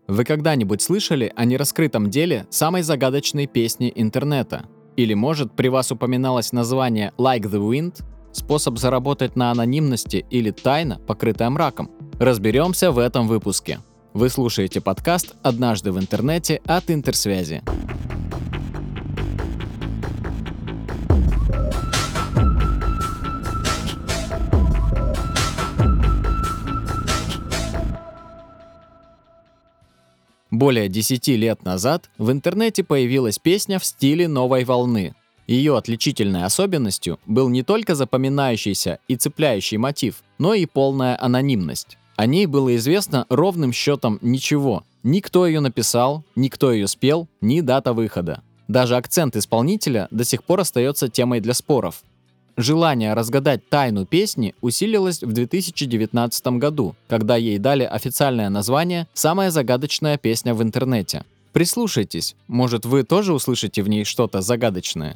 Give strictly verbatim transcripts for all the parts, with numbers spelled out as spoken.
Вы когда-нибудь слышали о нераскрытом деле самой загадочной песни интернета? Или, может, при вас упоминалось название «Like the Wind», способ заработать на анонимности или тайна, покрытая мраком? Разберемся в этом выпуске. Вы слушаете подкаст «Однажды в интернете» от Интерсвязи. Более десяти лет назад в интернете появилась песня в стиле новой волны. Ее отличительной особенностью был не только запоминающийся и цепляющий мотив, но и полная анонимность. О ней было известно ровным счетом ничего. Никто ее написал, никто ее спел, ни дата выхода. Даже акцент исполнителя до сих пор остается темой для споров. Желание разгадать тайну песни усилилось в две тысячи девятнадцатом году, когда ей дали официальное название «Самая загадочная песня в интернете». Прислушайтесь, может, вы тоже услышите в ней что-то загадочное.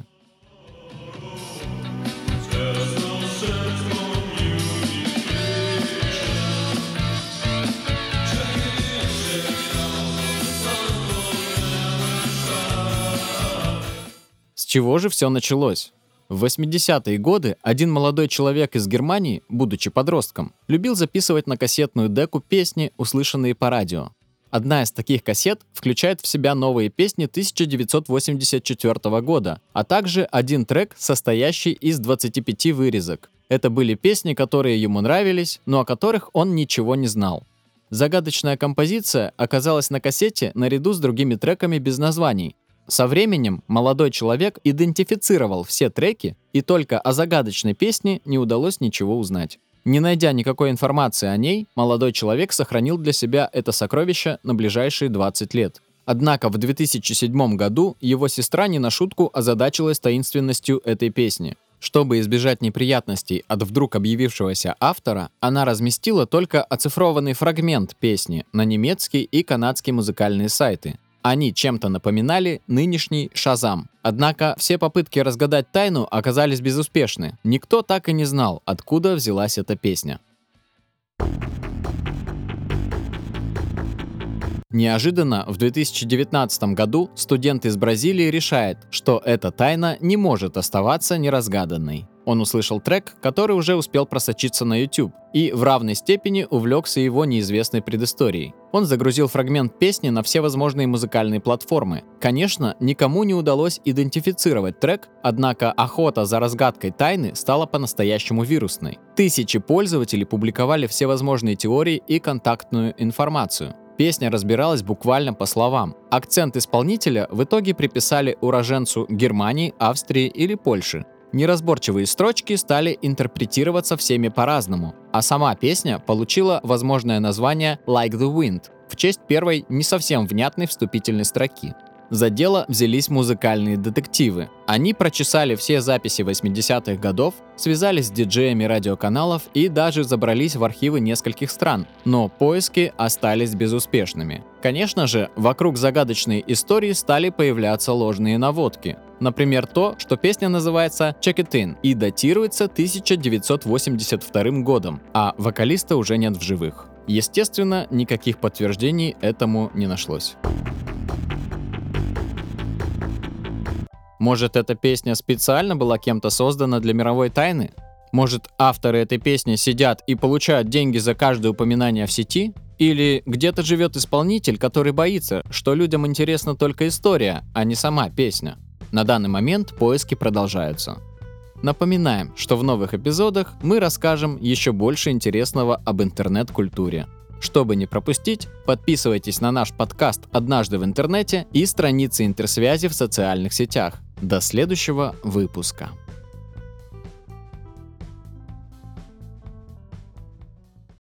С чего же все началось? В восьмидесятые годы один молодой человек из Германии, будучи подростком, любил записывать на кассетную деку песни, услышанные по радио. Одна из таких кассет включает в себя новые песни тысяча девятьсот восемьдесят четвёртого года, а также один трек, состоящий из двадцати пяти вырезок. Это были песни, которые ему нравились, но о которых он ничего не знал. Загадочная композиция оказалась на кассете наряду с другими треками без названий. Со временем молодой человек идентифицировал все треки, и только о загадочной песне не удалось ничего узнать. Не найдя никакой информации о ней, молодой человек сохранил для себя это сокровище на ближайшие двадцать лет. Однако в две тысячи седьмом году его сестра не на шутку озадачилась таинственностью этой песни. Чтобы избежать неприятностей от вдруг объявившегося автора, она разместила только оцифрованный фрагмент песни на немецкий и канадский музыкальные сайты. Они чем-то напоминали нынешний Shazam. Однако все попытки разгадать тайну оказались безуспешны. Никто так и не знал, откуда взялась эта песня. Неожиданно в две тысячи девятнадцатом году студент из Бразилии решает, что эта тайна не может оставаться неразгаданной. Он услышал трек, который уже успел просочиться на YouTube, и в равной степени увлекся его неизвестной предысторией. Он загрузил фрагмент песни на все возможные музыкальные платформы. Конечно, никому не удалось идентифицировать трек, однако охота за разгадкой тайны стала по-настоящему вирусной. Тысячи пользователей публиковали всевозможные теории и контактную информацию. Песня разбиралась буквально по словам. Акцент исполнителя в итоге приписали уроженцу Германии, Австрии или Польши. Неразборчивые строчки стали интерпретироваться всеми по-разному, а сама песня получила возможное название «Like the Wind» в честь первой не совсем внятной вступительной строки. За дело взялись музыкальные детективы. Они прочесали все записи восьмидесятых годов, связались с диджеями радиоканалов и даже забрались в архивы нескольких стран, но поиски остались безуспешными. Конечно же, вокруг загадочной истории стали появляться ложные наводки. Например, то, что песня называется «Check It In» и датируется тысяча девятьсот восемьдесят вторым годом, а вокалиста уже нет в живых. Естественно, никаких подтверждений этому не нашлось. Может, эта песня специально была кем-то создана для мировой тайны? Может, авторы этой песни сидят и получают деньги за каждое упоминание в сети? Или где-то живет исполнитель, который боится, что людям интересна только история, а не сама песня? На данный момент поиски продолжаются. Напоминаем, что в новых эпизодах мы расскажем еще больше интересного об интернет-культуре. Чтобы не пропустить, подписывайтесь на наш подкаст «Однажды в интернете» и страницы Интерсвязи в социальных сетях. До следующего выпуска.